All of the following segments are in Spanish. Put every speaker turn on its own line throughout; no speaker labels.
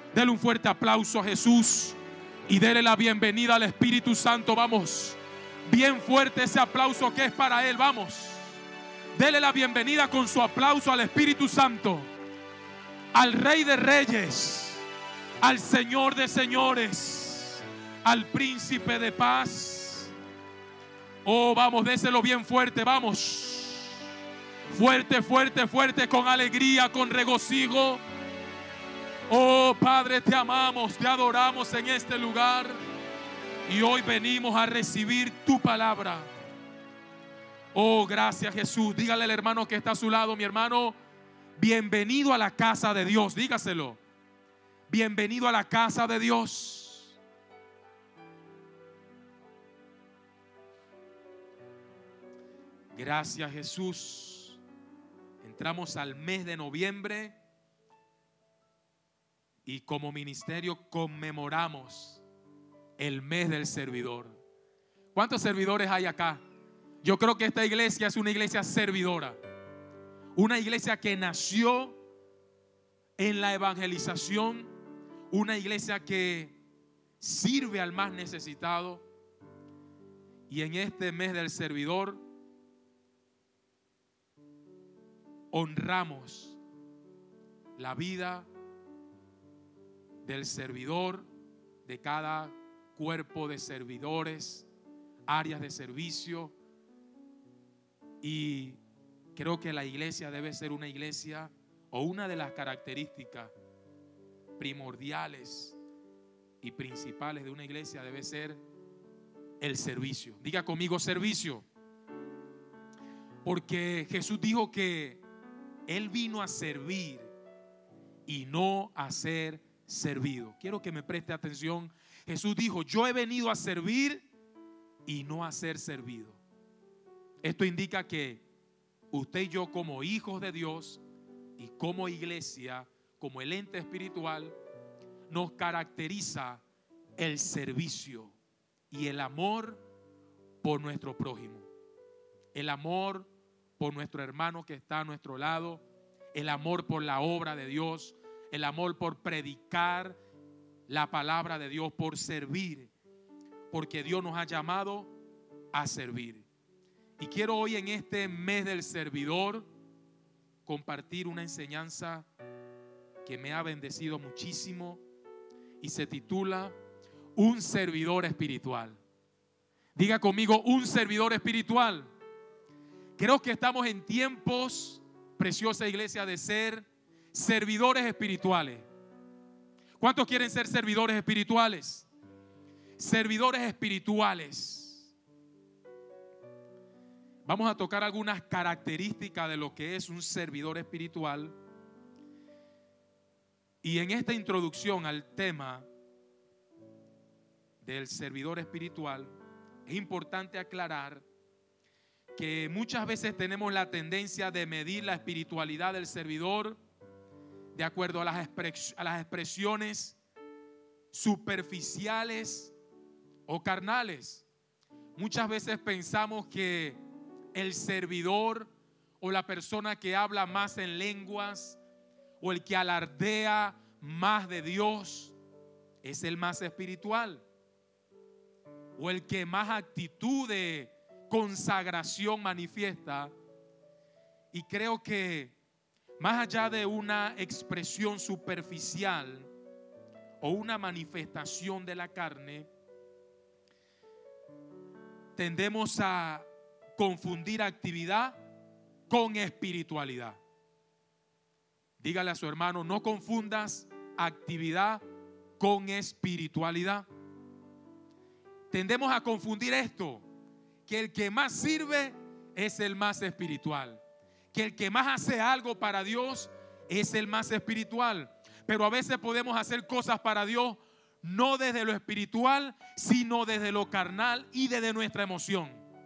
Dele un fuerte aplauso a Jesús y dele la bienvenida al Espíritu Santo. Vamos, bien fuerte ese aplauso que es para Él. Vamos, dele la bienvenida con su aplauso al Espíritu Santo, al Rey de Reyes, al Señor de Señores, al Príncipe de Paz. Oh, vamos, déselo bien fuerte, vamos. Fuerte, fuerte, fuerte, con alegría, con regocijo. Oh, Padre, te amamos, te adoramos en este lugar. Y hoy venimos a recibir tu palabra. Oh, gracias, Jesús. Dígale al hermano que está a su lado: mi hermano, bienvenido a la casa de Dios. Dígaselo. Bienvenido a la casa de Dios. Gracias, Jesús. Entramos al mes de noviembre y como ministerio conmemoramos el mes del servidor. ¿Cuántos servidores hay acá? Yo creo que esta iglesia es una iglesia servidora. Una iglesia que nació en la evangelización. Una iglesia que sirve al más necesitado. Y en este mes del servidor honramos la vida del servidor, de cada cuerpo de servidores, áreas de servicio. Y creo que la iglesia debe ser una iglesia, o una de las características primordiales y principales de una iglesia debe ser el servicio. Diga conmigo: servicio. Porque Jesús dijo que Él vino a servir y no a ser servido. Quiero que me preste atención. Jesús dijo: yo he venido a servir y no a ser servido. Esto indica que usted y yo, como hijos de Dios y como iglesia, como el ente espiritual, nos caracteriza el servicio y el amor por nuestro prójimo, el amor por nuestro hermano que está a nuestro lado, el amor por la obra de Dios, el amor por predicar la palabra de Dios, por servir, porque Dios nos ha llamado a servir. Y quiero hoy, en este mes del servidor, compartir una enseñanza que me ha bendecido muchísimo y se titula Un servidor espiritual. Diga conmigo: un servidor espiritual. Creo que estamos en tiempos, preciosa iglesia, de ser servidores espirituales. ¿Cuántos quieren ser servidores espirituales? Servidores espirituales. Vamos a tocar algunas características de lo que es un servidor espiritual. Y en esta introducción al tema del servidor espiritual, es importante aclarar que muchas veces tenemos la tendencia de medir la espiritualidad del servidor de acuerdo a las expresiones superficiales o carnales. Muchas veces pensamos que el servidor o la persona que habla más en lenguas o el que alardea más de Dios es el más espiritual, o el que más actitud de consagración manifiesta. Y creo que más allá de una expresión superficial o una manifestación de la carne, tendemos a confundir actividad con espiritualidad. Dígale a su hermano: no confundas actividad con espiritualidad. Tendemos a confundir esto, que el que más sirve es el más espiritual, que el que más hace algo para Dios es el más espiritual. Pero a veces podemos hacer cosas para Dios no desde lo espiritual, sino desde lo carnal y desde nuestra emoción.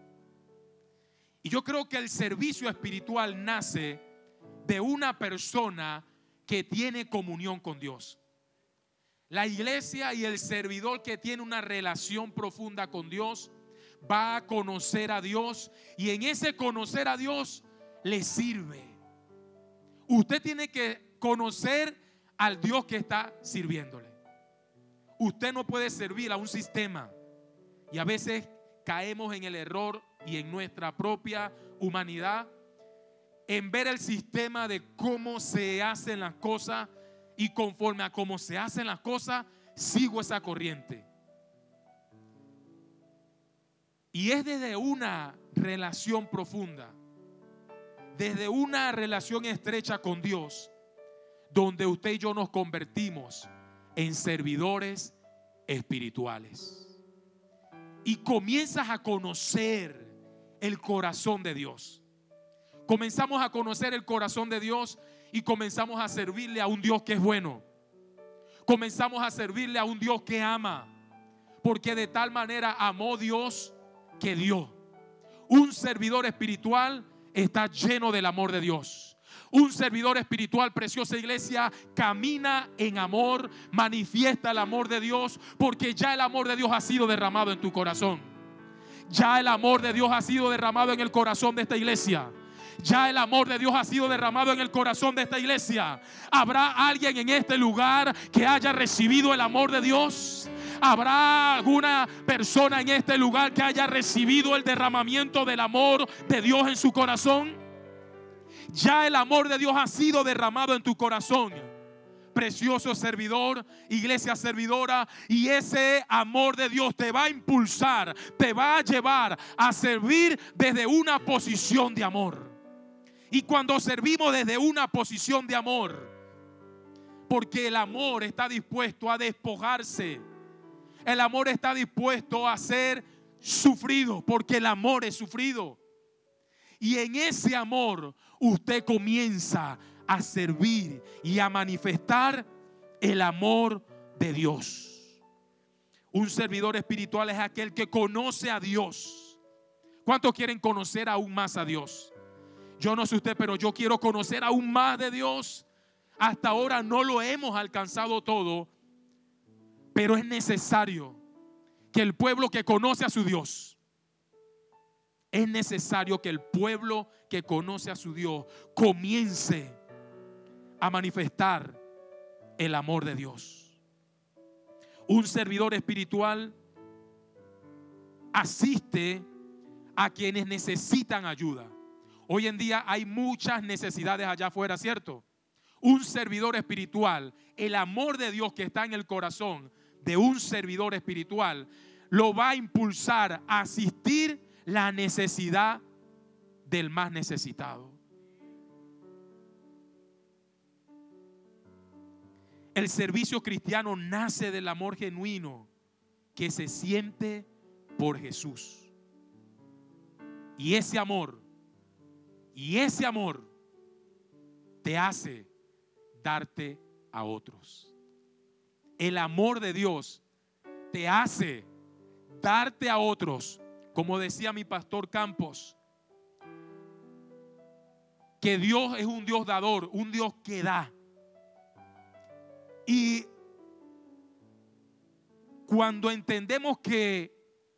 Y yo creo que el servicio espiritual nace de una persona que tiene comunión con Dios. La iglesia y el servidor que tiene una relación profunda con Dios va a conocer a Dios, y en ese conocer a Dios le sirve. Usted tiene que conocer al Dios que está sirviéndole. Usted no puede servir a un sistema, y a veces caemos en el error y en nuestra propia humanidad en ver el sistema de cómo se hacen las cosas, y conforme a cómo se hacen las cosas sigo esa corriente. Y es desde una relación profunda, desde una relación estrecha con Dios, donde usted y yo nos convertimos en servidores espirituales. Y comienzas a conocer el corazón de Dios. Comenzamos a conocer el corazón de Dios y comenzamos a servirle a un Dios que es bueno. Comenzamos a servirle a un Dios que ama, porque de tal manera amó Dios que dio. Un servidor espiritual está lleno del amor de Dios. Un servidor espiritual, preciosa iglesia, camina en amor, manifiesta el amor de Dios, porque ya el amor de Dios ha sido derramado en tu corazón. Ya el amor de Dios ha sido derramado en el corazón de esta iglesia. Ya el amor de Dios ha sido derramado en el corazón de esta iglesia. ¿Habrá alguien en este lugar que haya recibido el amor de Dios? ¿Habrá alguna persona en este lugar que haya recibido el derramamiento del amor de Dios en su corazón? Ya el amor de Dios ha sido derramado en tu corazón, precioso servidor, iglesia servidora, y ese amor de Dios te va a impulsar, te va a llevar a servir desde una posición de amor. Y cuando servimos desde una posición de amor, porque el amor está dispuesto a despojarse, el amor está dispuesto a ser sufrido, porque el amor es sufrido. Y en ese amor usted comienza a servir y a manifestar el amor de Dios. Un servidor espiritual es aquel que conoce a Dios. ¿Cuántos quieren conocer aún más a Dios? Yo no sé usted, pero yo quiero conocer aún más de Dios. Hasta ahora no lo hemos alcanzado todo, pero es necesario que el pueblo que conoce a su Dios, es necesario que el pueblo que conoce a su Dios comience a manifestar el amor de Dios. Un servidor espiritual asiste a quienes necesitan ayuda. Hoy en día hay muchas necesidades allá afuera, ¿cierto? Un servidor espiritual, el amor de Dios que está en el corazón de un servidor espiritual, lo va a impulsar a asistir la necesidad del más necesitado. El servicio cristiano nace del amor genuino que se siente por Jesús. Y ese amor te hace darte a otros. El amor de Dios te hace darte a otros. Como decía mi pastor Campos, que Dios es un Dios dador, un Dios que da. Y cuando entendemos que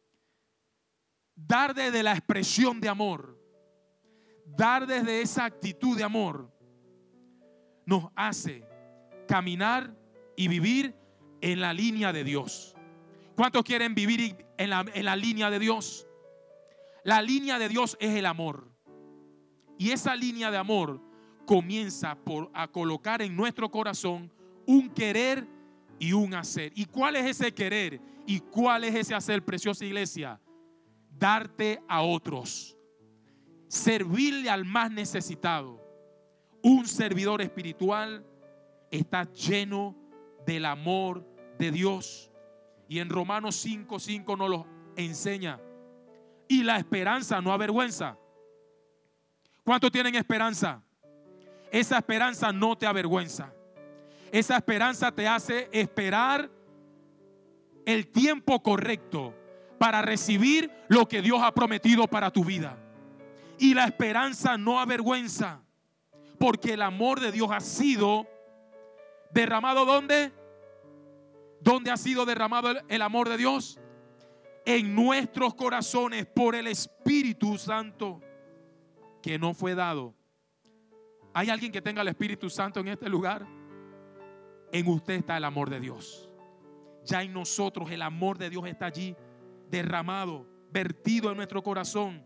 dar desde la expresión de amor, dar desde esa actitud de amor, nos hace caminar y vivir en la línea de Dios. ¿Cuántos quieren vivir en la línea de Dios? La línea de Dios es el amor. Y esa línea de amor comienza a colocar en nuestro corazón un querer y un hacer. ¿Y cuál es ese querer? ¿Y cuál es ese hacer, preciosa iglesia? Darte a otros. Servirle al más necesitado. Un servidor espiritual está lleno del amor de Dios. Y en Romanos 5:5 nos lo enseña. Y la esperanza no avergüenza. ¿Cuántos tienen esperanza? Esa esperanza no te avergüenza. Esa esperanza te hace esperar el tiempo correcto para recibir lo que Dios ha prometido para tu vida. Y la esperanza no avergüenza, porque el amor de Dios ha sido derramado. ¿Dónde? ¿Dónde ha sido derramado el amor de Dios? En nuestros corazones por el Espíritu Santo que no fue dado. ¿Hay alguien que tenga el Espíritu Santo en este lugar? en usted está el amor de Dios. Ya en nosotros el amor de Dios está allí derramado, vertido en nuestro corazón.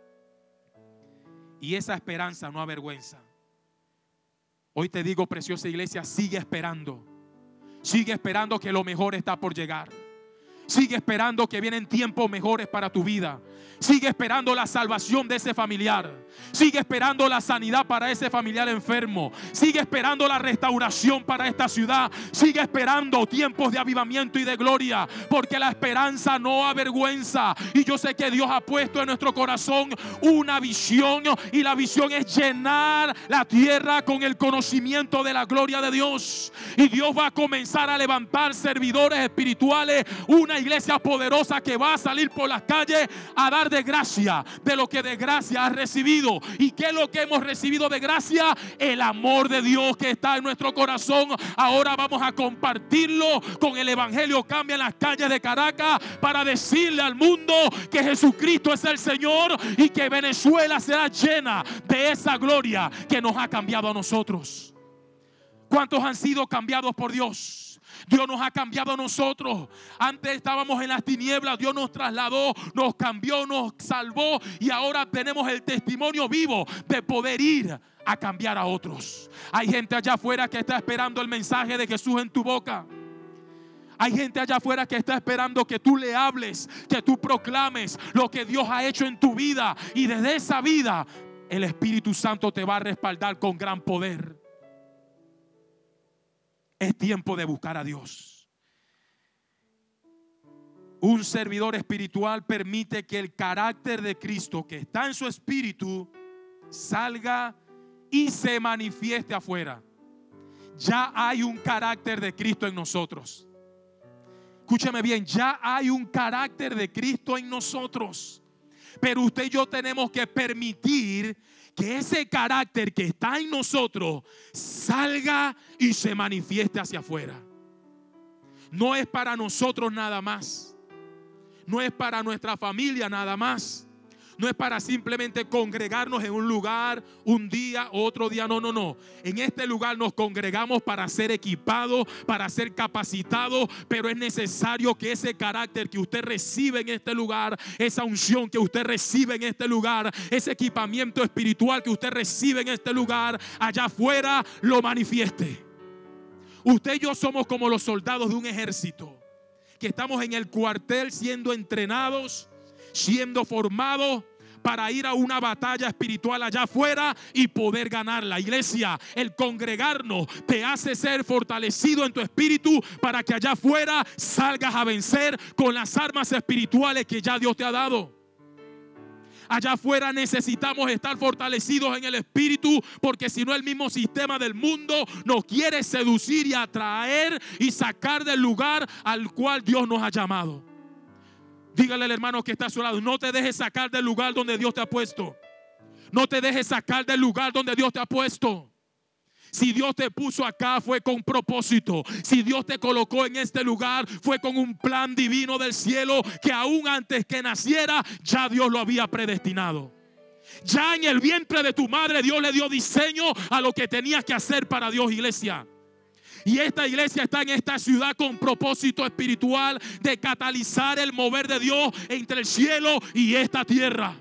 Y esa esperanza no avergüenza. Hoy te digo, preciosa iglesia, sigue esperando. Sigue esperando que lo mejor está por llegar. Sigue esperando que vienen tiempos mejores para tu vida. Sigue esperando la salvación de ese familiar. Sigue esperando la sanidad para ese familiar enfermo. Sigue esperando la restauración para esta ciudad. Sigue esperando tiempos de avivamiento y de gloria, porque la esperanza no avergüenza. Y yo sé que Dios ha puesto en nuestro corazón una visión, y la visión es llenar la tierra con el conocimiento de la gloria de Dios. Y Dios va a comenzar a levantar servidores espirituales, una iglesia poderosa que va a salir por las calles a dar de gracia, de lo que de gracia has recibido. ¿Y qué es lo que hemos recibido de gracia? El amor de Dios que está en nuestro corazón. Ahora vamos a compartirlo con el evangelio Cambia en las calles de Caracas, para decirle al mundo que Jesucristo es el Señor y que Venezuela será llena de esa gloria que nos ha cambiado a nosotros. ¿Cuántos han sido cambiados por Dios? Dios nos ha cambiado a nosotros. Antes estábamos en las tinieblas, Dios nos trasladó, nos cambió, nos salvó, y ahora tenemos el testimonio vivo de poder ir a cambiar a otros. Hay gente allá afuera que está esperando el mensaje de Jesús en tu boca. Hay gente allá afuera que está esperando que tú le hables, que tú proclames lo que Dios ha hecho en tu vida, y desde esa vida el Espíritu Santo te va a respaldar con gran poder. Es tiempo de buscar a Dios. Un servidor espiritual permite que el carácter de Cristo que está en su espíritu salga y se manifieste afuera. Ya hay un carácter de Cristo en nosotros. Escúcheme bien, ya hay un carácter de Cristo en nosotros. Pero usted y yo tenemos que permitir que ese carácter que está en nosotros salga y se manifieste hacia afuera. No es para nosotros nada más. No es para nuestra familia nada más. No es para simplemente congregarnos en un lugar un día, otro día. No, no, no. En este lugar nos congregamos para ser equipados, para ser capacitados. Pero es necesario que ese carácter que usted recibe en este lugar, esa unción que usted recibe en este lugar, ese equipamiento espiritual que usted recibe en este lugar, allá afuera lo manifieste. Usted y yo somos como los soldados de un ejército, que estamos en el cuartel siendo entrenados, siendo formados para ir a una batalla espiritual allá afuera y poder ganarla. Iglesia, el congregarnos te hace ser fortalecido en tu espíritu para que allá afuera salgas a vencer con las armas espirituales que ya Dios te ha dado. Allá afuera necesitamos estar fortalecidos en el espíritu, porque si no el mismo sistema del mundo nos quiere seducir y atraer y sacar del lugar al cual Dios nos ha llamado. Dígale al hermano que está a su lado: no te dejes sacar del lugar donde Dios te ha puesto. No te dejes sacar del lugar donde Dios te ha puesto. Si Dios te puso acá, fue con propósito. Si Dios te colocó en este lugar, fue con un plan divino del cielo, que aún antes que naciera ya Dios lo había predestinado. Ya en el vientre de tu madre Dios le dio diseño a lo que tenías que hacer para Dios, iglesia. Y esta iglesia está en esta ciudad con propósito espiritual de catalizar el mover de Dios entre el cielo y esta tierra.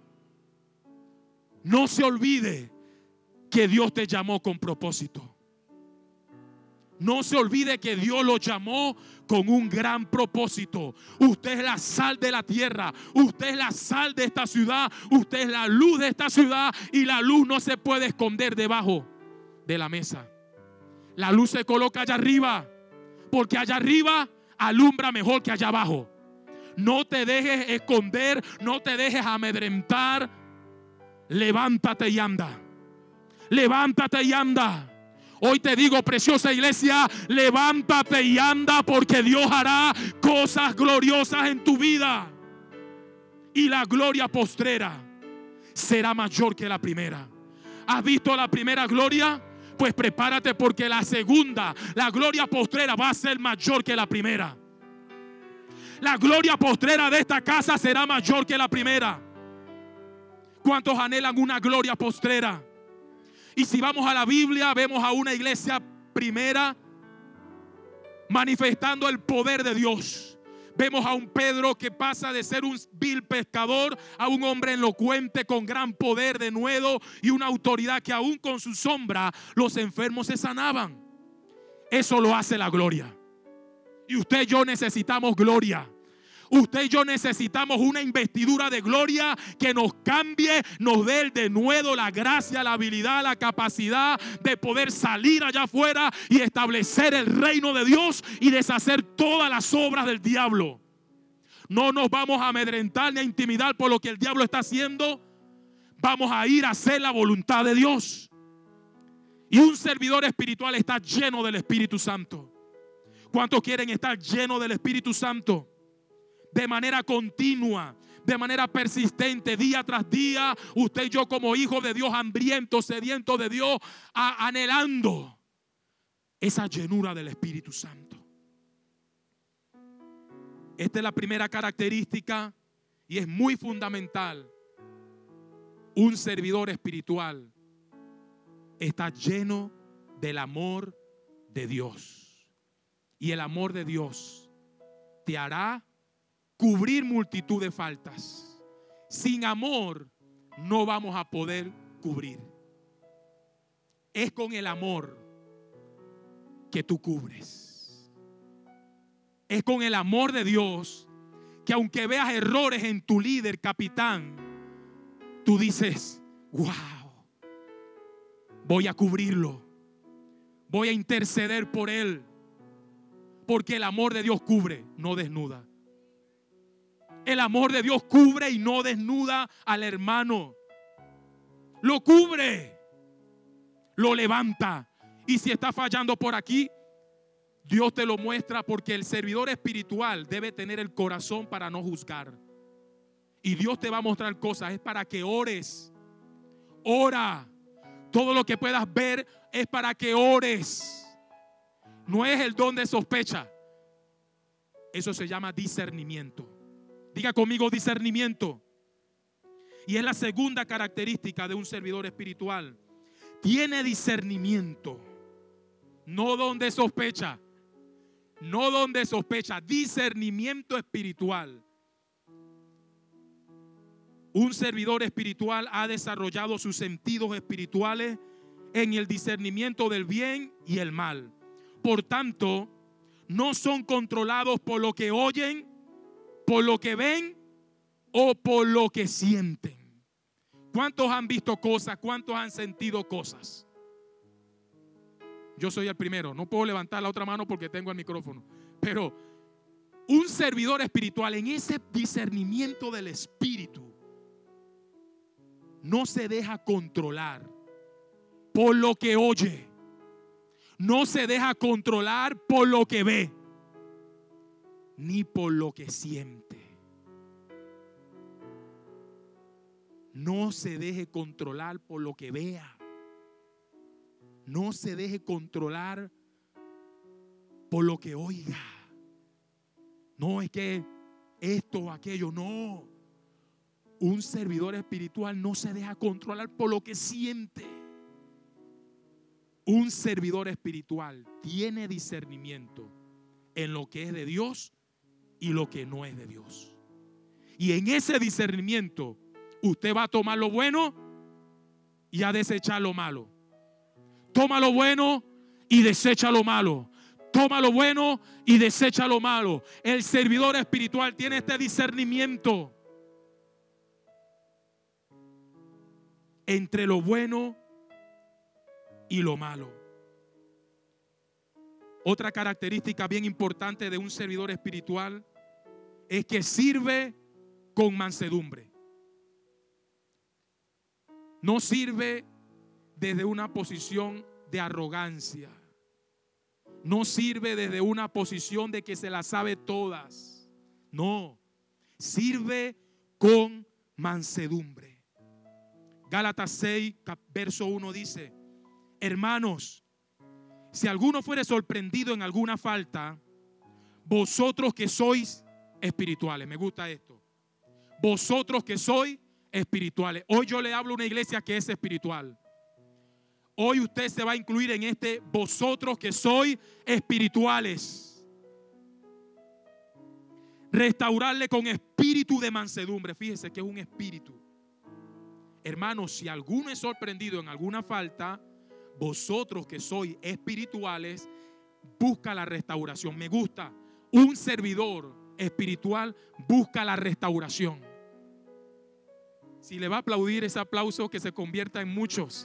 No se olvide que Dios te llamó con propósito. No se olvide que Dios lo llamó con un gran propósito. Usted es la sal de la tierra. Usted es la sal de esta ciudad. Usted es la luz de esta ciudad. Y la luz no se puede esconder debajo de la mesa. La luz se coloca allá arriba, porque allá arriba alumbra mejor que allá abajo. No te dejes esconder, no te dejes amedrentar. Levántate y anda. Levántate y anda. Hoy te digo, preciosa iglesia, levántate y anda, porque Dios hará cosas gloriosas en tu vida. Y la gloria postrera será mayor que la primera. ¿Has visto la primera gloria? Pues prepárate, porque la segunda, la gloria postrera, va a ser mayor que la primera. La gloria postrera de esta casa será mayor que la primera. ¿Cuántos anhelan una gloria postrera? Y si vamos a la Biblia, vemos a una iglesia primera manifestando el poder de Dios. Vemos a un Pedro que pasa de ser un vil pescador a un hombre elocuente con gran poder de nuevo y una autoridad que aún con su sombra los enfermos se sanaban. Eso lo hace la gloria. Y usted y yo necesitamos gloria. Usted y yo necesitamos una investidura de gloria que nos cambie, nos dé el denuedo, la gracia, la habilidad, la capacidad de poder salir allá afuera y establecer el reino de Dios y deshacer todas las obras del diablo. No nos vamos a amedrentar ni a intimidar por lo que el diablo está haciendo. Vamos a ir a hacer la voluntad de Dios. Y un servidor espiritual está lleno del Espíritu Santo. ¿Cuántos quieren estar llenos del Espíritu Santo? De manera continua, de manera persistente, día tras día, usted y yo como hijos de Dios, hambrientos, sedientos de Dios, anhelando esa llenura del Espíritu Santo. Esta es la primera característica y es muy fundamental. Un servidor espiritual está lleno del amor de Dios. Y el amor de Dios te hará cubrir multitud de faltas. Sin amor no vamos a poder cubrir. Es con el amor que tú cubres. Es con el amor de Dios que aunque veas errores en tu líder, capitán, tú dices, wow, voy a cubrirlo. Voy a interceder por él. Porque el amor de Dios cubre, no desnuda. El amor de Dios cubre y no desnuda al hermano. Lo cubre, lo levanta. Y si está fallando por aquí, Dios te lo muestra, porque el servidor espiritual debe tener el corazón para no juzgar. Y Dios te va a mostrar cosas, es para que ores. Ora. Todo lo que puedas ver es para que ores. No es el don de sospecha. Eso se llama discernimiento. Diga conmigo, discernimiento. Y es la segunda característica de un servidor espiritual. Tiene discernimiento. No don de sospecha. No don de sospecha. Discernimiento espiritual. Un servidor espiritual ha desarrollado sus sentidos espirituales en el discernimiento del bien y el mal. Por tanto, no son controlados por lo que oyen, por lo que ven o por lo que sienten. ¿Cuántos han visto cosas? ¿Cuántos han sentido cosas? Yo soy el primero. No puedo levantar la otra mano porque tengo el micrófono. Pero un servidor espiritual en ese discernimiento del espíritu no se deja controlar por lo que oye. No se deja controlar por lo que ve, ni por lo que siente. No se deje controlar por lo que vea. No se deje controlar por lo que oiga. No es que esto o aquello, no. Un servidor espiritual no se deja controlar por lo que siente. Un servidor espiritual tiene discernimiento en lo que es de Dios y lo que no es de Dios. Y en ese discernimiento usted va a tomar lo bueno y a desechar lo malo. Toma lo bueno y desecha lo malo. Toma lo bueno y desecha lo malo. El servidor espiritual tiene este discernimiento entre lo bueno y lo malo. Otra característica bien importante de un servidor espiritual es que sirve con mansedumbre. No sirve desde una posición de arrogancia. No sirve desde una posición de que se las sabe todas. No, sirve con mansedumbre. Gálatas 6, verso 1 dice: hermanos, si alguno fuere sorprendido en alguna falta, vosotros que sois espirituales. Me gusta esto. Vosotros que sois espirituales. Hoy yo le hablo a una iglesia que es espiritual. Hoy usted se va a incluir en este vosotros que sois espirituales. Restaurarle con espíritu de mansedumbre. Fíjese que es un espíritu. Hermanos, si alguno es sorprendido en alguna falta, vosotros que sois espirituales, busca la restauración. Me gusta. Un servidor espiritual busca la restauración. Si le va a aplaudir, ese aplauso que se convierta en muchos.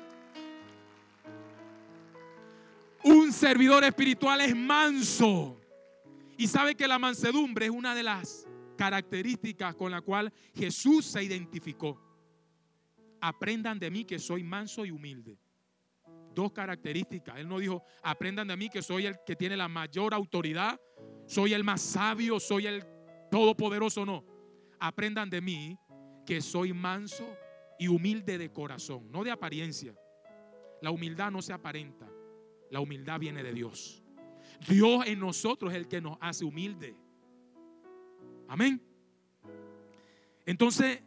Un servidor espiritual es manso. Y sabe que la mansedumbre es una de las características con la cual Jesús se identificó. Aprendan de mí que soy manso y humilde. Dos características. Él no dijo, aprendan de mí que soy el que tiene la mayor autoridad, soy el más sabio, soy el todopoderoso. No. Aprendan de mí que soy manso y humilde de corazón, no de apariencia. La humildad no se aparenta. La humildad viene de Dios. Dios en nosotros es el que nos hace humilde. Amén. Entonces,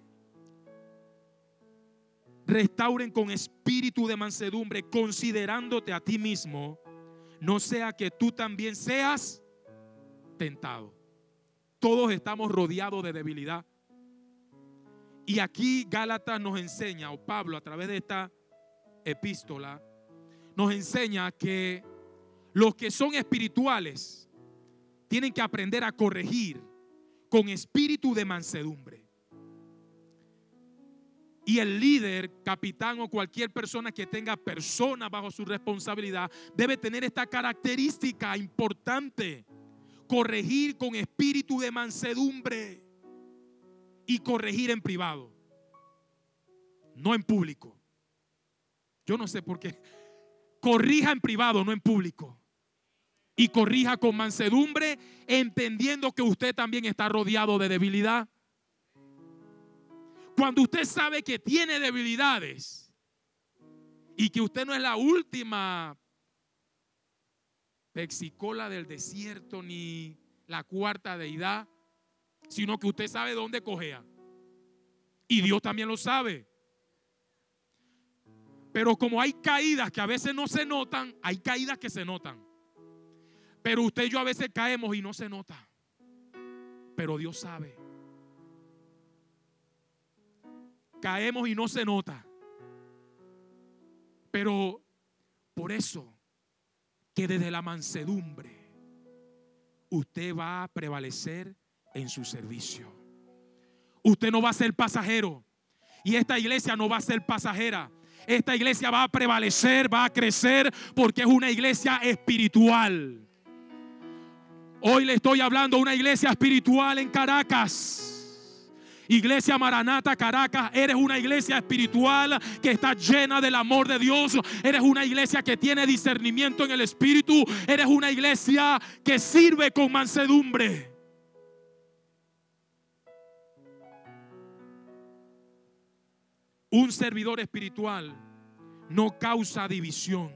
restauren con espíritu de mansedumbre, considerándote a ti mismo, no sea que tú también seas tentado. Todos estamos rodeados de debilidad. Y aquí Gálatas nos enseña, o Pablo a través de esta epístola, nos enseña que los que son espirituales tienen que aprender a corregir con espíritu de mansedumbre. Y el líder, capitán o cualquier persona que tenga personas bajo su responsabilidad debe tener esta característica importante: corregir con espíritu de mansedumbre y corregir en privado, no en público. Yo no sé por qué. Corrija en privado, no en público. Y corrija con mansedumbre, entendiendo que usted también está rodeado de debilidad. Cuando usted sabe que tiene debilidades y que usted no es la última pexicola del desierto ni la cuarta deidad, sino que usted sabe dónde cojea. Y Dios también lo sabe. Pero como hay caídas que a veces no se notan, hay caídas que se notan. Pero usted y yo a veces caemos y no se nota. Pero Dios sabe. Caemos y no se nota. Pero por eso que desde la mansedumbre usted va a prevalecer en su servicio. Usted no va a ser pasajero. Y esta iglesia no va a ser pasajera. Esta iglesia va a prevalecer, va a crecer, porque es una iglesia espiritual. Hoy le estoy hablando a una iglesia espiritual en Caracas. Iglesia Maranata Caracas, eres una iglesia espiritual que está llena del amor de Dios. Eres una iglesia que tiene discernimiento en el espíritu. Eres una iglesia que sirve con mansedumbre. Un servidor espiritual no causa división.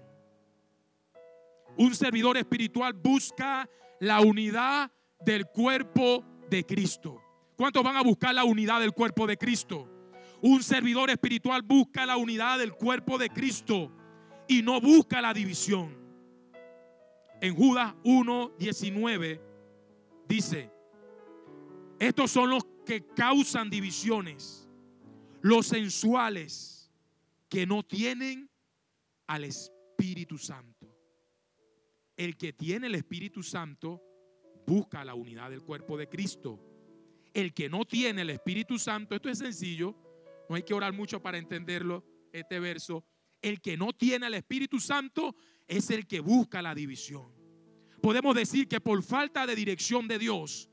Un servidor espiritual busca la unidad del cuerpo de Cristo. ¿Cuántos van a buscar la unidad del cuerpo de Cristo? Un servidor espiritual busca la unidad del cuerpo de Cristo y no busca la división. En Judas 1:19 dice: estos son los que causan divisiones, los sensuales, que no tienen al Espíritu Santo. El que tiene el Espíritu Santo busca la unidad del cuerpo de Cristo. El que no tiene el Espíritu Santo, esto es sencillo, no hay que orar mucho para entenderlo, este verso. El que no tiene el Espíritu Santo es el que busca la división. Podemos decir que por falta de dirección de Dios,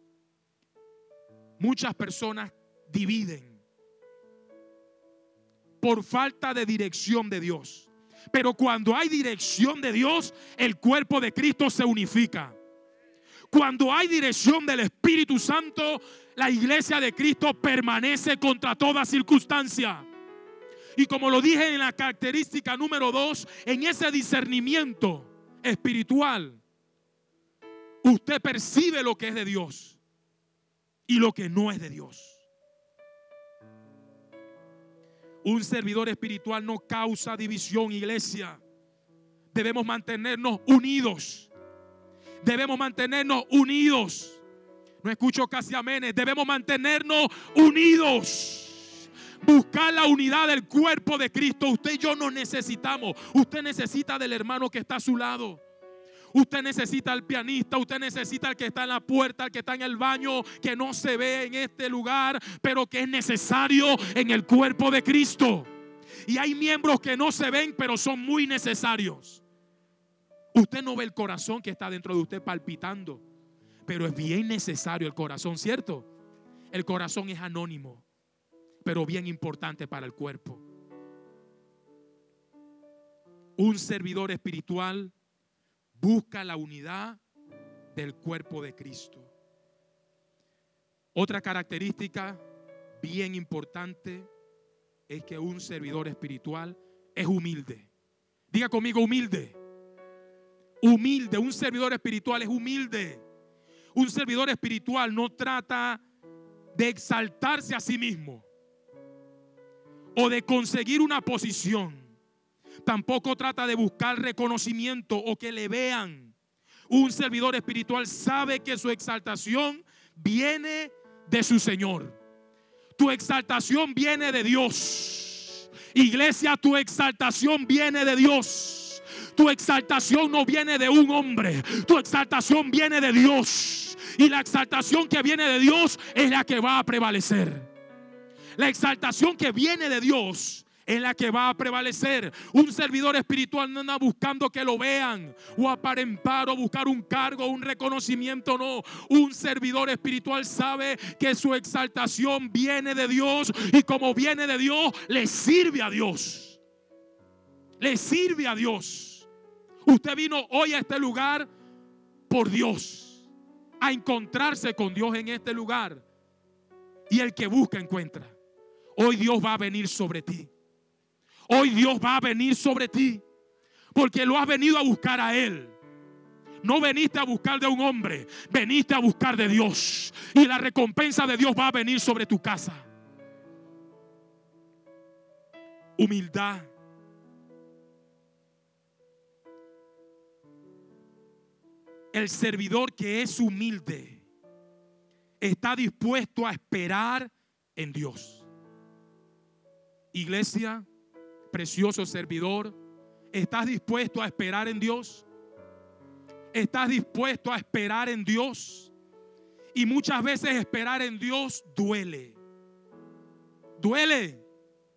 muchas personas dividen. Por falta de dirección de Dios. Pero cuando hay dirección de Dios, el cuerpo de Cristo se unifica. Cuando hay dirección del Espíritu Santo, la iglesia de Cristo permanece contra toda circunstancia. Y como lo dije en la característica número 2, en ese discernimiento espiritual, usted percibe lo que es de Dios y lo que no es de Dios. Un servidor espiritual no causa división, iglesia. Debemos mantenernos unidos. Debemos mantenernos unidos. No escucho casi amenes. Debemos mantenernos unidos. Buscar la unidad del cuerpo de Cristo. Usted y yo nos necesitamos. Usted necesita del hermano que está a su lado. Usted necesita al pianista, usted necesita al que está en la puerta, al que está en el baño, que no se ve en este lugar, pero que es necesario en el cuerpo de Cristo. Y hay miembros que no se ven, pero son muy necesarios. Usted no ve el corazón que está dentro de usted palpitando, pero es bien necesario el corazón, ¿cierto? El corazón es anónimo, pero bien importante para el cuerpo. Un servidor espiritual busca la unidad del cuerpo de Cristo. Otra característica bien importante es que un servidor espiritual es humilde. Diga conmigo, humilde. Humilde, un servidor espiritual es humilde. Un servidor espiritual no trata de exaltarse a sí mismo o de conseguir una posición. Tampoco trata de buscar reconocimiento o que le vean. Un servidor espiritual sabe que su exaltación viene de su Señor. Tu exaltación viene de Dios. Iglesia, tu exaltación viene de Dios. Tu exaltación no viene de un hombre. Tu exaltación viene de Dios. Y la exaltación que viene de Dios es la que va a prevalecer. La exaltación que viene de Dios es la que va a prevalecer. Un servidor espiritual no anda buscando que lo vean o aparentar o buscar un cargo o un reconocimiento, no. Un servidor espiritual sabe que su exaltación viene de Dios y como viene de Dios, le sirve a Dios. Le sirve a Dios. Usted vino hoy a este lugar por Dios, a encontrarse con Dios en este lugar. Y el que busca encuentra. Hoy Dios va a venir sobre ti. Hoy Dios va a venir sobre ti, porque lo has venido a buscar a Él. No veniste a buscar de un hombre, veniste a buscar de Dios. Y la recompensa de Dios va a venir sobre tu casa. Humildad. El servidor que es humilde está dispuesto a esperar en Dios. Iglesia, precioso servidor, ¿estás dispuesto a esperar en Dios? ¿Estás dispuesto a esperar en Dios? Y muchas veces esperar en Dios duele. Duele.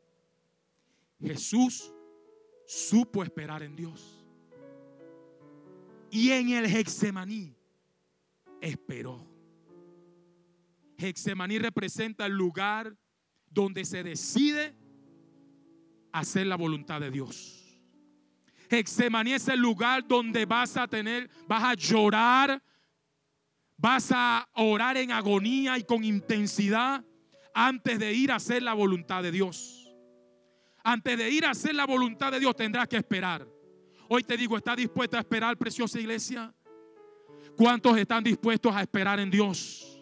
Jesús supo esperar en Dios. Y en el Getsemaní esperó. Getsemaní representa el lugar donde se decide hacer la voluntad de Dios. Getsemaní es el lugar donde vas a llorar, vas a orar en agonía y con intensidad antes de ir a hacer la voluntad de Dios. Antes de ir a hacer la voluntad de Dios tendrás que esperar. Hoy te digo, ¿estás dispuesta a esperar, preciosa iglesia? ¿Cuántos están dispuestos a esperar en Dios?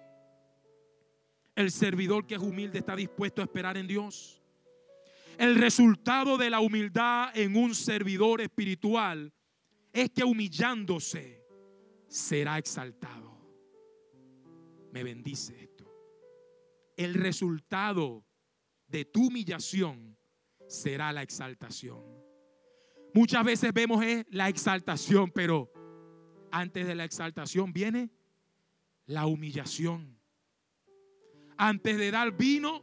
El servidor que es humilde está dispuesto a esperar en Dios. El resultado de la humildad en un servidor espiritual es que humillándose será exaltado. Me bendice esto. El resultado de tu humillación será la exaltación. Muchas veces vemos la exaltación, pero antes de la exaltación viene la humillación. Antes de dar vino,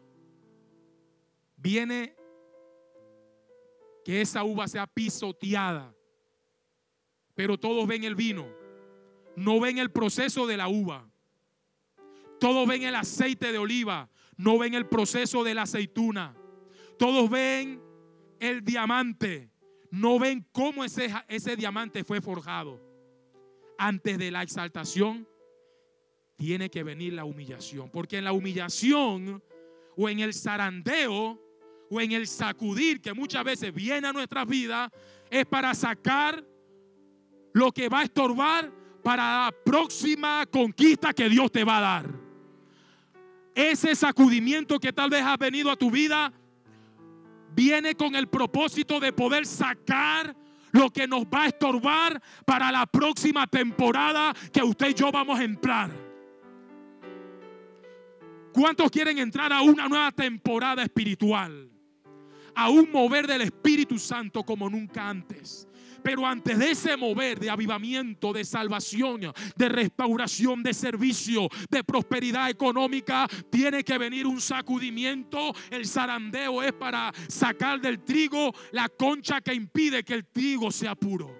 viene que esa uva sea pisoteada. Pero todos ven el vino, no ven el proceso de la uva. Todos ven el aceite de oliva, no ven el proceso de la aceituna. Todos ven el diamante, no ven cómo ese diamante fue forjado. Antes de la exaltación tiene que venir la humillación, porque en la humillación o en el zarandeo o en el sacudir que muchas veces viene a nuestras vidas es para sacar lo que va a estorbar para la próxima conquista que Dios te va a dar. Ese sacudimiento que tal vez ha venido a tu vida viene con el propósito de poder sacar lo que nos va a estorbar para la próxima temporada que usted y yo vamos a entrar. ¿Cuántos quieren entrar a una nueva temporada espiritual? A un mover del Espíritu Santo como nunca antes. Pero antes de ese mover de avivamiento, de salvación, de restauración, de servicio, de prosperidad económica, tiene que venir un sacudimiento. El zarandeo es para sacar del trigo la concha que impide que el trigo sea puro.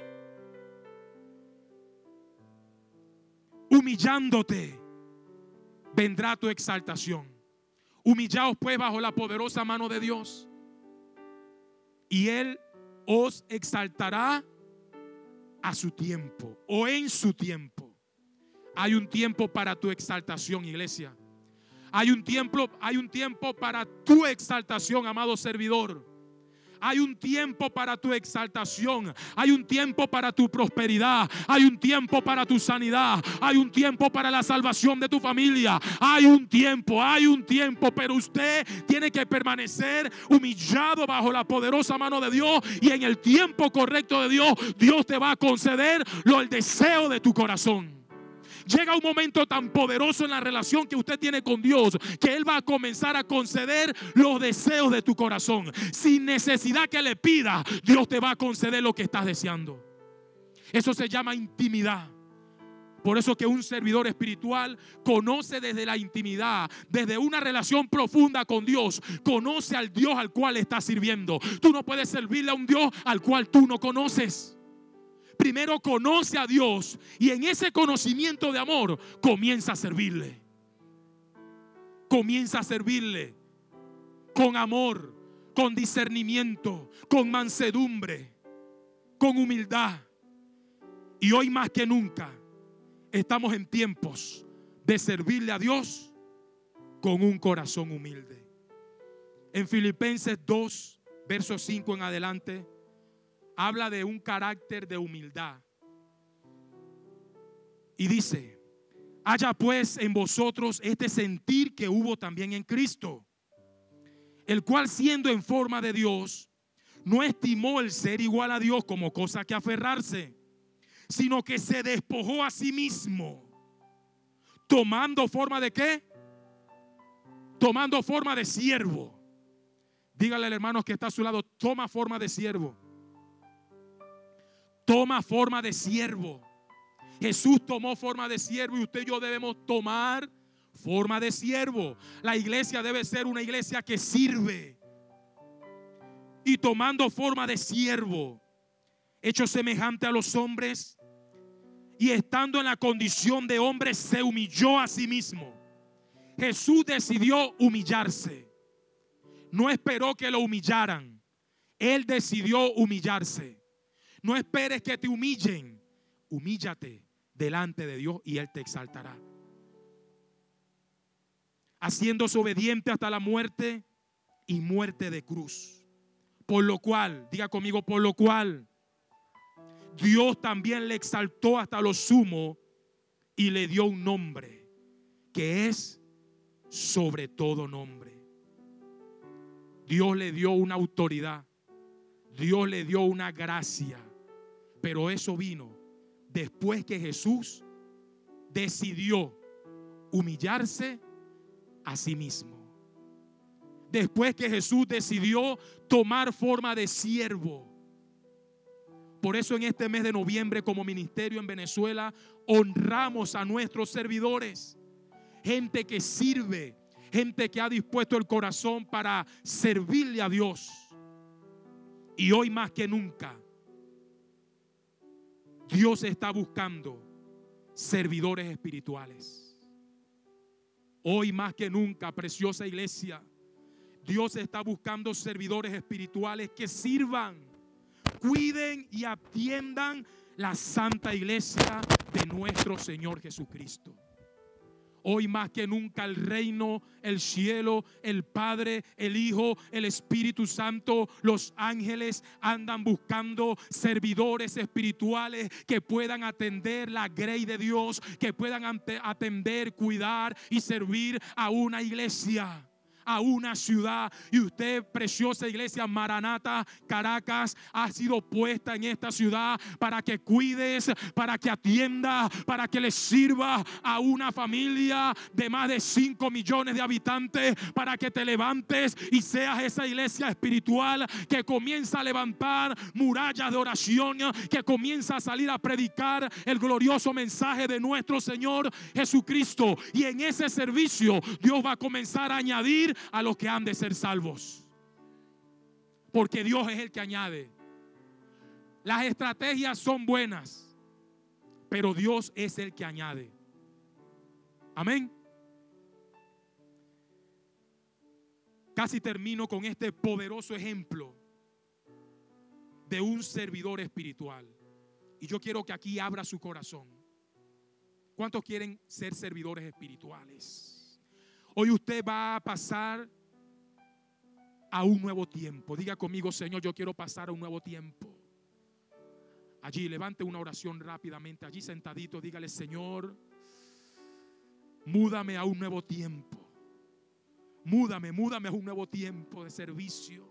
Humillándote vendrá tu exaltación. Humillaos pues bajo la poderosa mano de Dios, y Él os exaltará a su tiempo o en su tiempo. Hay un tiempo para tu exaltación, iglesia. Hay un tiempo para tu exaltación, amado servidor. Hay un tiempo para tu exaltación. Hay un tiempo para tu prosperidad. Hay un tiempo para tu sanidad. Hay un tiempo para la salvación de tu familia. Hay un tiempo. Pero usted tiene que permanecer humillado bajo la poderosa mano de Dios. Y en el tiempo correcto de Dios, Dios te va a conceder el deseo de tu corazón. Llega un momento tan poderoso en la relación que usted tiene con Dios, que Él va a comenzar a conceder los deseos de tu corazón. Sin necesidad que le pida, Dios te va a conceder lo que estás deseando. Eso se llama intimidad. Por eso que un servidor espiritual conoce desde la intimidad, desde una relación profunda con Dios, conoce al Dios al cual está sirviendo. Tú no puedes servirle a un Dios al cual tú no conoces. Primero conoce a Dios y en ese conocimiento de amor comienza a servirle. Comienza a servirle con amor, con discernimiento, con mansedumbre, con humildad. Y hoy más que nunca estamos en tiempos de servirle a Dios con un corazón humilde. En Filipenses 2, verso 5 en adelante, habla de un carácter de humildad. Y dice: haya pues en vosotros este sentir que hubo también en Cristo, el cual siendo en forma de Dios, no estimó el ser igual a Dios como cosa que aferrarse, sino que se despojó a sí mismo, tomando forma de ¿qué? Tomando forma de siervo. Dígale al hermano que está a su lado: toma forma de siervo. Toma forma de siervo. Jesús tomó forma de siervo y usted y yo debemos tomar forma de siervo. La iglesia debe ser una iglesia que sirve. Y tomando forma de siervo, hecho semejante a los hombres, y estando en la condición de hombre, se humilló a sí mismo. Jesús decidió humillarse. No esperó que lo humillaran. Él decidió humillarse. No esperes que te humillen. Humíllate delante de Dios y Él te exaltará. Haciéndose obediente hasta la muerte y muerte de cruz. Por lo cual, diga conmigo, por lo cual Dios también le exaltó hasta lo sumo y le dio un nombre que es sobre todo nombre. Dios le dio una autoridad. Dios le dio una gracia. Pero eso vino después que Jesús decidió humillarse a sí mismo. Después que Jesús decidió tomar forma de siervo. Por eso en este mes de noviembre, como ministerio en Venezuela, honramos a nuestros servidores. Gente que sirve, gente que ha dispuesto el corazón para servirle a Dios. Y hoy más que nunca, Dios está buscando servidores espirituales. Hoy más que nunca, preciosa iglesia, Dios está buscando servidores espirituales que sirvan, cuiden y atiendan la santa iglesia de nuestro Señor Jesucristo. Hoy más que nunca el reino, el cielo, el Padre, el Hijo, el Espíritu Santo, los ángeles andan buscando servidores espirituales que puedan atender la grey de Dios, que puedan atender, cuidar y servir a una iglesia. a una ciudad. Y usted, preciosa iglesia Maranata Caracas, ha sido puesta en esta ciudad para que cuides, para que atienda, para que le sirva a una familia de más de 5 millones de habitantes, para que te levantes y seas esa iglesia espiritual que comienza a levantar murallas de oración, que comienza a salir a predicar el glorioso mensaje de nuestro Señor Jesucristo. Y en ese servicio Dios va a comenzar a añadir a los que han de ser salvos, porque Dios es el que añade. Las estrategias son buenas, pero Dios es el que añade. Amén. Casi termino con este poderoso ejemplo de un servidor espiritual. Y yo quiero que aquí abra su corazón. ¿Cuántos quieren ser servidores espirituales? Hoy usted va a pasar a un nuevo tiempo. Diga conmigo: Señor, yo quiero pasar a un nuevo tiempo. Allí levante una oración rápidamente. Allí sentadito, dígale: Señor, múdame a un nuevo tiempo. Múdame a un nuevo tiempo de servicio.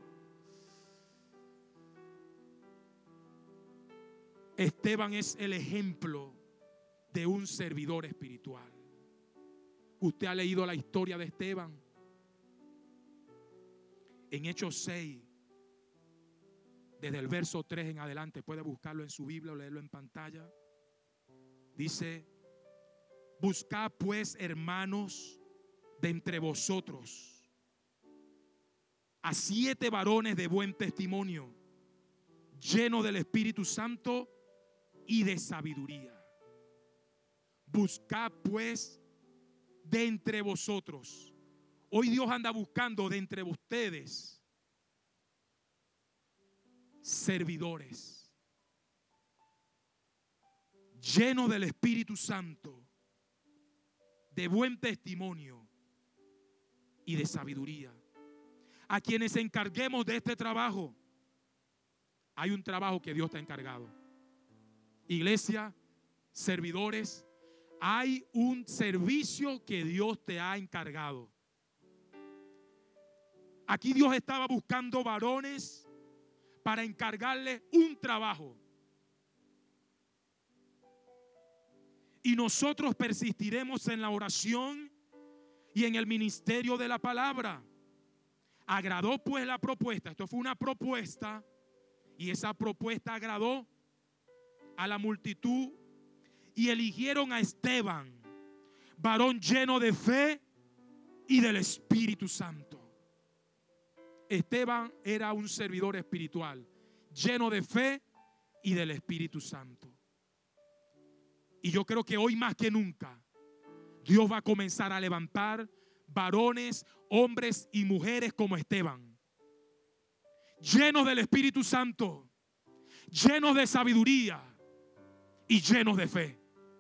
Esteban es el ejemplo de un servidor espiritual. Usted ha leído la historia de Esteban en Hechos 6, desde el verso 3 en adelante. Puede buscarlo en su Biblia o leerlo en pantalla. Dice: buscad pues, hermanos, de entre vosotros a 7 varones de buen testimonio, llenos del Espíritu Santo y de sabiduría. Buscad pues de entre vosotros. Hoy Dios anda buscando de entre ustedes servidores llenos del Espíritu Santo, de buen testimonio y de sabiduría. A quienes encarguemos de este trabajo. Hay un trabajo que Dios te ha encargado. Iglesia, servidores, hay un servicio que Dios te ha encargado. Aquí Dios estaba buscando varones para encargarle un trabajo. Y nosotros persistiremos en la oración y en el ministerio de la palabra. Agradó pues la propuesta. Esto fue una propuesta, y esa propuesta agradó a la multitud, y eligieron a Esteban, varón lleno de fe y del Espíritu Santo. Esteban era un servidor espiritual, lleno de fe y del Espíritu Santo. Y yo creo que hoy más que nunca Dios va a comenzar a levantar varones, hombres y mujeres como Esteban, llenos del Espíritu Santo, llenos de sabiduría y llenos de fe.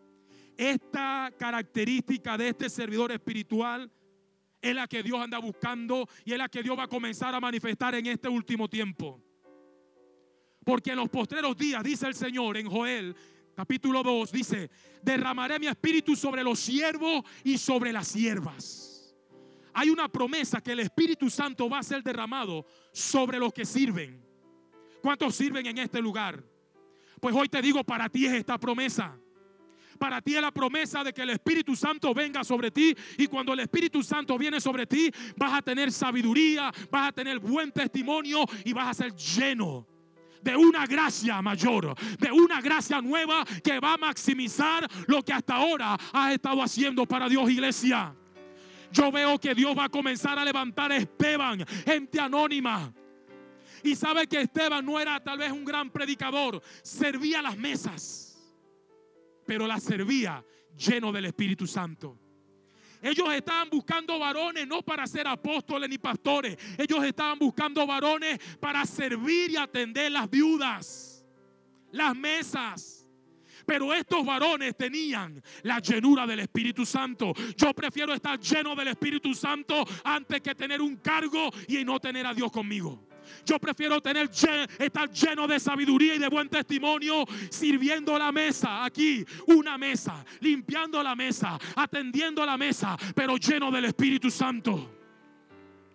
Esta característica de este servidor espiritual es la que Dios anda buscando, y es la que Dios va a comenzar a manifestar en este último tiempo. Porque en los postreros días, dice el Señor en Joel capítulo 2, dice: derramaré mi espíritu sobre los siervos y sobre las siervas. Hay una promesa que el Espíritu Santo va a ser derramado sobre los que sirven. ¿Cuántos sirven en este lugar? Pues hoy te digo, para ti es esta promesa. Para ti es la promesa de que el Espíritu Santo venga sobre ti, y cuando el Espíritu Santo viene sobre ti, vas a tener sabiduría, vas a tener buen testimonio y vas a ser lleno de una gracia mayor, de una gracia nueva que va a maximizar lo que hasta ahora has estado haciendo para Dios, iglesia. Yo veo que Dios va a comenzar a levantar a Esteban, gente anónima. Y sabe que Esteban no era tal vez un gran predicador, servía las mesas, pero las servía lleno del Espíritu Santo. Ellos estaban buscando varones no para ser apóstoles ni pastores. Ellos estaban buscando varones para servir y atender las viudas, las mesas. Pero estos varones tenían la llenura del Espíritu Santo. Yo prefiero estar lleno del Espíritu Santo antes que tener un cargo y no tener a Dios conmigo. Yo prefiero estar lleno de sabiduría y de buen testimonio, sirviendo la mesa aquí, una mesa, limpiando la mesa, atendiendo la mesa, pero lleno del Espíritu Santo.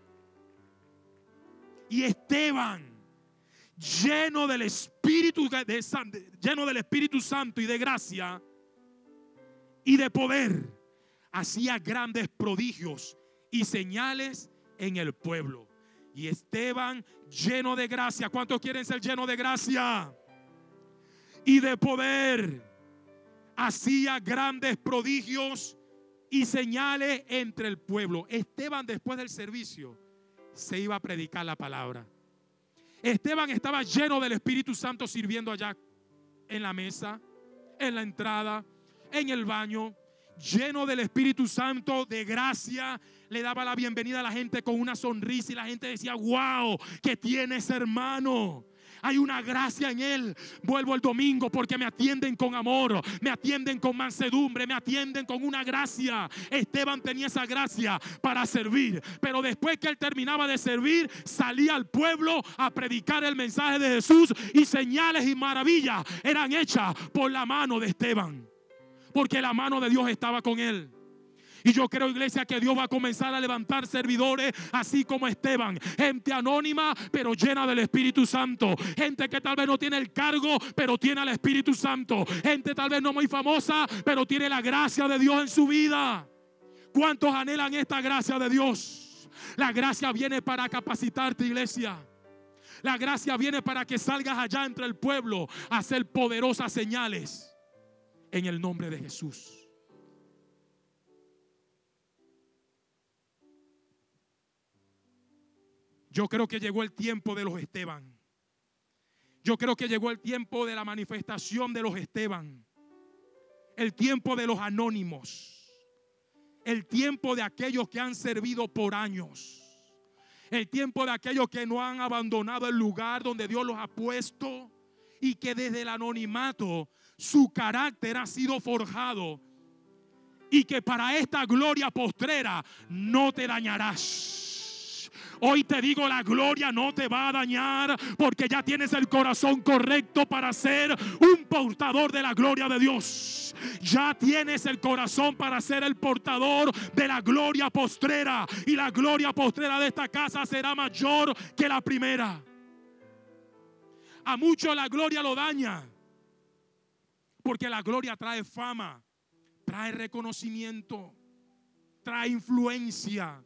Y Esteban, lleno del Espíritu Santo y de gracia y de poder, hacía grandes prodigios y señales en el pueblo. Y Esteban, lleno de gracia. ¿Cuántos quieren ser llenos de gracia y de poder? Hacía grandes prodigios y señales entre el pueblo. Esteban, después del servicio, se iba a predicar la palabra. Esteban estaba lleno del Espíritu Santo, sirviendo allá en la mesa, en la entrada, en el baño, lleno del Espíritu Santo, de gracia. Le daba la bienvenida a la gente con una sonrisa y la gente decía: wow, ¿qué tiene ese hermano? Hay una gracia en él. Vuelvo el domingo porque me atienden con amor, me atienden con mansedumbre, me atienden con una gracia. Esteban tenía esa gracia para servir, pero después que él terminaba de servir, salía al pueblo a predicar el mensaje de Jesús, y señales y maravillas eran hechas por la mano de Esteban, porque la mano de Dios estaba con él. Y yo creo, iglesia, que Dios va a comenzar a levantar servidores así como Esteban. Gente anónima pero llena del Espíritu Santo. Gente que tal vez no tiene el cargo pero tiene al Espíritu Santo. Gente tal vez no muy famosa pero tiene la gracia de Dios en su vida. ¿Cuántos anhelan esta gracia de Dios? La gracia viene para capacitarte, iglesia. La gracia viene para que salgas allá entre el pueblo a hacer poderosas señales en el nombre de Jesús. Yo creo que llegó el tiempo de los Esteban. Yo creo que llegó el tiempo de la manifestación de los Esteban. El tiempo de los anónimos. El tiempo de aquellos que han servido por años. El tiempo de aquellos que no han abandonado el lugar donde Dios los ha puesto, y que desde el anonimato su carácter ha sido forjado, y que para esta gloria postrera no te dañarás. Hoy te digo, la gloria no te va a dañar, porque ya tienes el corazón correcto para ser un portador de la gloria de Dios. Ya tienes el corazón para ser el portador de la gloria postrera, y la gloria postrera de esta casa será mayor que la primera. A muchos la gloria lo daña, porque la gloria trae fama, trae reconocimiento, trae influencia.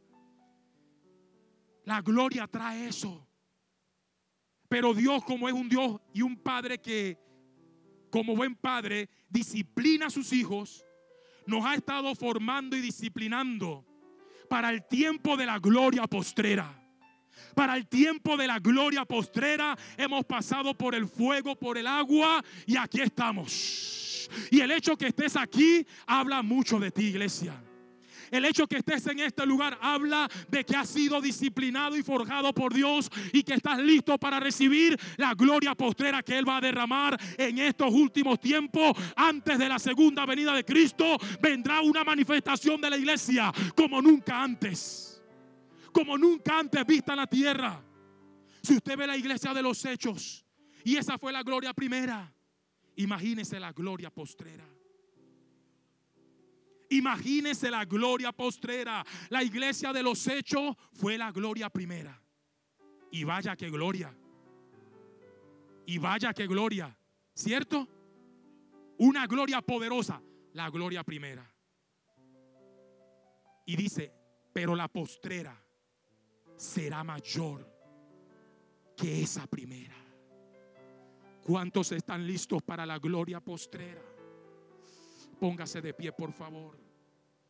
La gloria trae eso. Pero Dios, como es un Dios y un Padre que, como buen Padre, disciplina a sus hijos, nos ha estado formando y disciplinando para el tiempo de la gloria postrera. Para el tiempo de la gloria postrera hemos pasado por el fuego, por el agua, y aquí estamos. Y el hecho que estés aquí habla mucho de ti, iglesia. El hecho que estés en este lugar habla de que has sido disciplinado y forjado por Dios, y que estás listo para recibir la gloria postrera que Él va a derramar en estos últimos tiempos. Antes de la segunda venida de Cristo vendrá una manifestación de la iglesia como nunca antes. Como nunca antes vista en la tierra. Si usted ve la iglesia de los Hechos, y esa fue la gloria primera, imagínese la gloria postrera. Imagínese la gloria postrera. La iglesia de los Hechos fue la gloria primera. Y vaya que gloria. Y vaya que gloria. ¿Cierto? Una gloria poderosa. La gloria primera. Y dice, pero la postrera será mayor que esa primera. ¿Cuántos están listos para la gloria postrera? Póngase de pie, por favor.